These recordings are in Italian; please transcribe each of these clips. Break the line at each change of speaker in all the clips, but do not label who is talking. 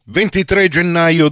23 gennaio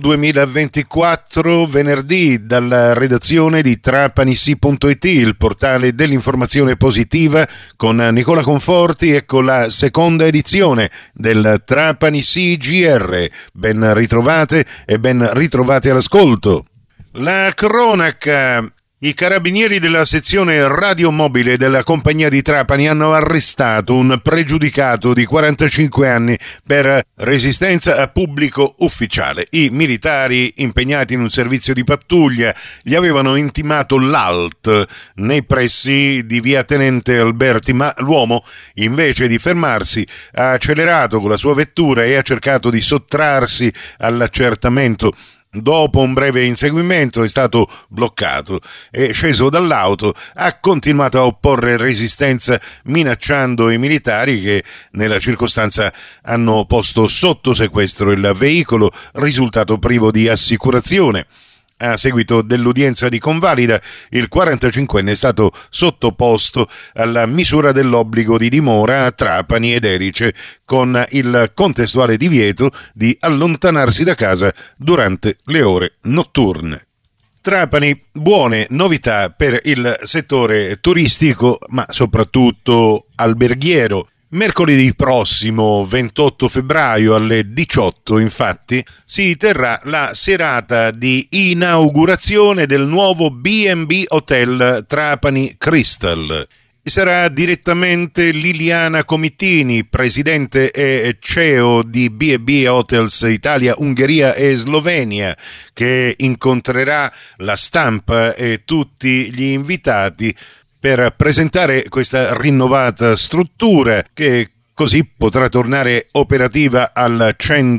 2024, venerdì, dalla redazione di trapanisi.it, il portale dell'informazione positiva, con Nicola Conforti e con la seconda edizione del Trapani CGR. Ben ritrovate e ben ritrovati all'ascolto. La cronaca. I carabinieri della sezione radiomobile della compagnia di Trapani hanno arrestato un pregiudicato di 45 anni per resistenza a pubblico ufficiale. I militari impegnati in un servizio di pattuglia gli avevano intimato l'ALT nei pressi di via Tenente Alberti, ma l'uomo, invece di fermarsi, ha accelerato con la sua vettura e ha cercato di sottrarsi all'accertamento. Dopo un breve inseguimento è stato bloccato e, sceso dall'auto, ha continuato a opporre resistenza minacciando i militari che nella circostanza hanno posto sotto sequestro il veicolo, risultato privo di assicurazione. A seguito dell'udienza di convalida, il 45enne è stato sottoposto alla misura dell'obbligo di dimora a Trapani ed Erice, con il contestuale divieto di allontanarsi da casa durante le ore notturne. Trapani, buone novità per il settore turistico, ma soprattutto alberghiero. Mercoledì prossimo, 28 febbraio alle 18, infatti, si terrà la serata di inaugurazione del nuovo B&B Hotel Trapani Crystal. Sarà direttamente Liliana Comittini, presidente e CEO di B&B Hotels Italia, Ungheria e Slovenia, che incontrerà la stampa e tutti gli invitati per presentare questa rinnovata struttura che così potrà tornare operativa al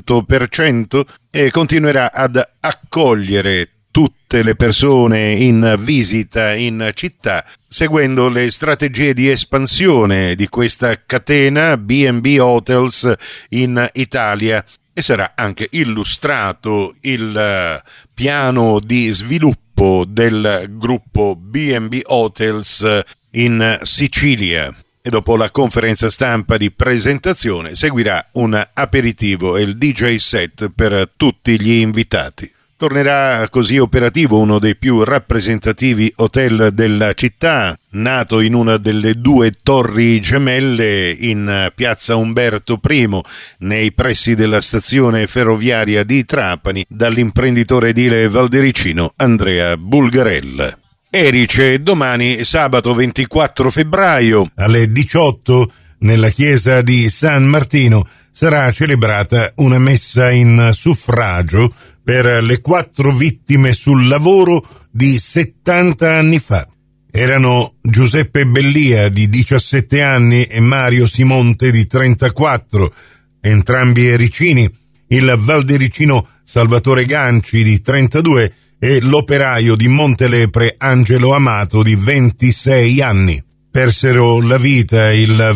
100% e continuerà ad accogliere tutte le persone in visita in città, seguendo le strategie di espansione di questa catena B&B Hotels in Italia. E sarà anche illustrato il piano di sviluppo del gruppo B&B Hotels in Sicilia. E dopo la conferenza stampa di presentazione seguirà un aperitivo e il DJ set per tutti gli invitati. Tornerà così operativo uno dei più rappresentativi hotel della città, nato in una delle due torri gemelle in piazza Umberto I, nei pressi della stazione ferroviaria di Trapani, dall'imprenditore edile valdericino Andrea Bulgarella. Erice, domani sabato 24 febbraio alle 18 nella chiesa di San Martino sarà celebrata una messa in suffragio per le 4 vittime sul lavoro di 70 anni fa. Erano Giuseppe Bellia di 17 anni e Mario Simonte di 34, entrambi ericini, il valdericino Salvatore Ganci di 32 e l'operaio di Montelepre Angelo Amato di 26 anni. Persero la vita il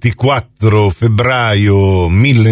24 febbraio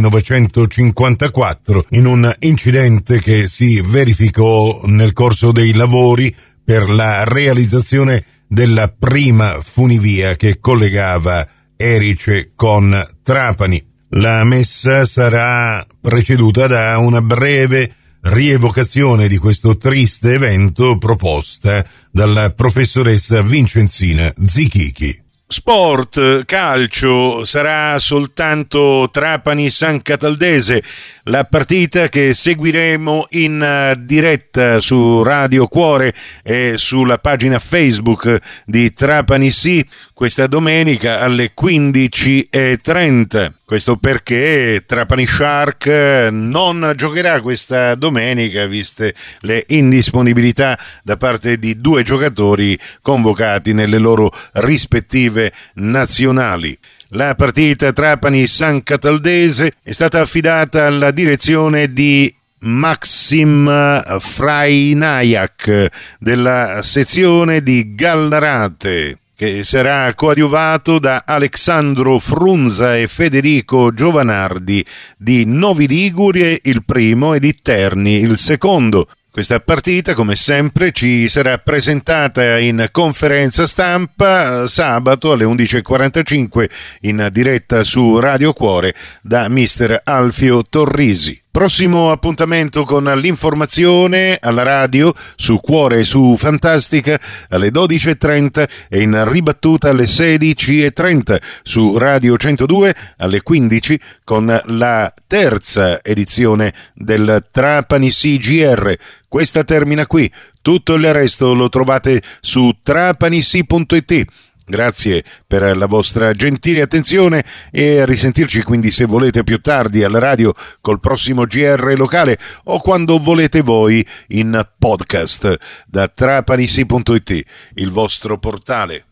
1954 in un incidente che si verificò nel corso dei lavori per la realizzazione della prima funivia che collegava Erice con Trapani. La messa sarà preceduta da una breve rievocazione di questo triste evento proposta dalla professoressa Vincenzina Zichichi. Sport, calcio, sarà soltanto Trapani-San Cataldese, la partita che seguiremo in diretta su Radio Cuore e sulla pagina Facebook di Trapani Sì questa domenica alle 15:30. Questo perché Trapani Shark non giocherà questa domenica, viste le indisponibilità da parte di 2 giocatori convocati nelle loro rispettive nazionali. La partita Trapani-San Cataldese è stata affidata alla direzione di Maxim Frajnaják della sezione di Gallarate, che sarà coadiuvato da Alessandro Frunza e Federico Giovanardi di Novi Ligure il primo e di Terni il secondo. Questa partita, come sempre, ci sarà presentata in conferenza stampa sabato alle 11:45 in diretta su Radio Cuore da mister Alfio Torrisi. Prossimo appuntamento con l'informazione alla radio su Cuore e su Fantastica alle 12.30 e in ribattuta alle 16.30 su Radio 102 alle 15 con la terza edizione del Trapani CGR. Questa termina qui, tutto il resto lo trovate su trapanisi.it. Grazie per la vostra gentile attenzione e a risentirci quindi se volete più tardi alla radio col prossimo GR locale o quando volete voi in podcast da trapanisi.it, il vostro portale.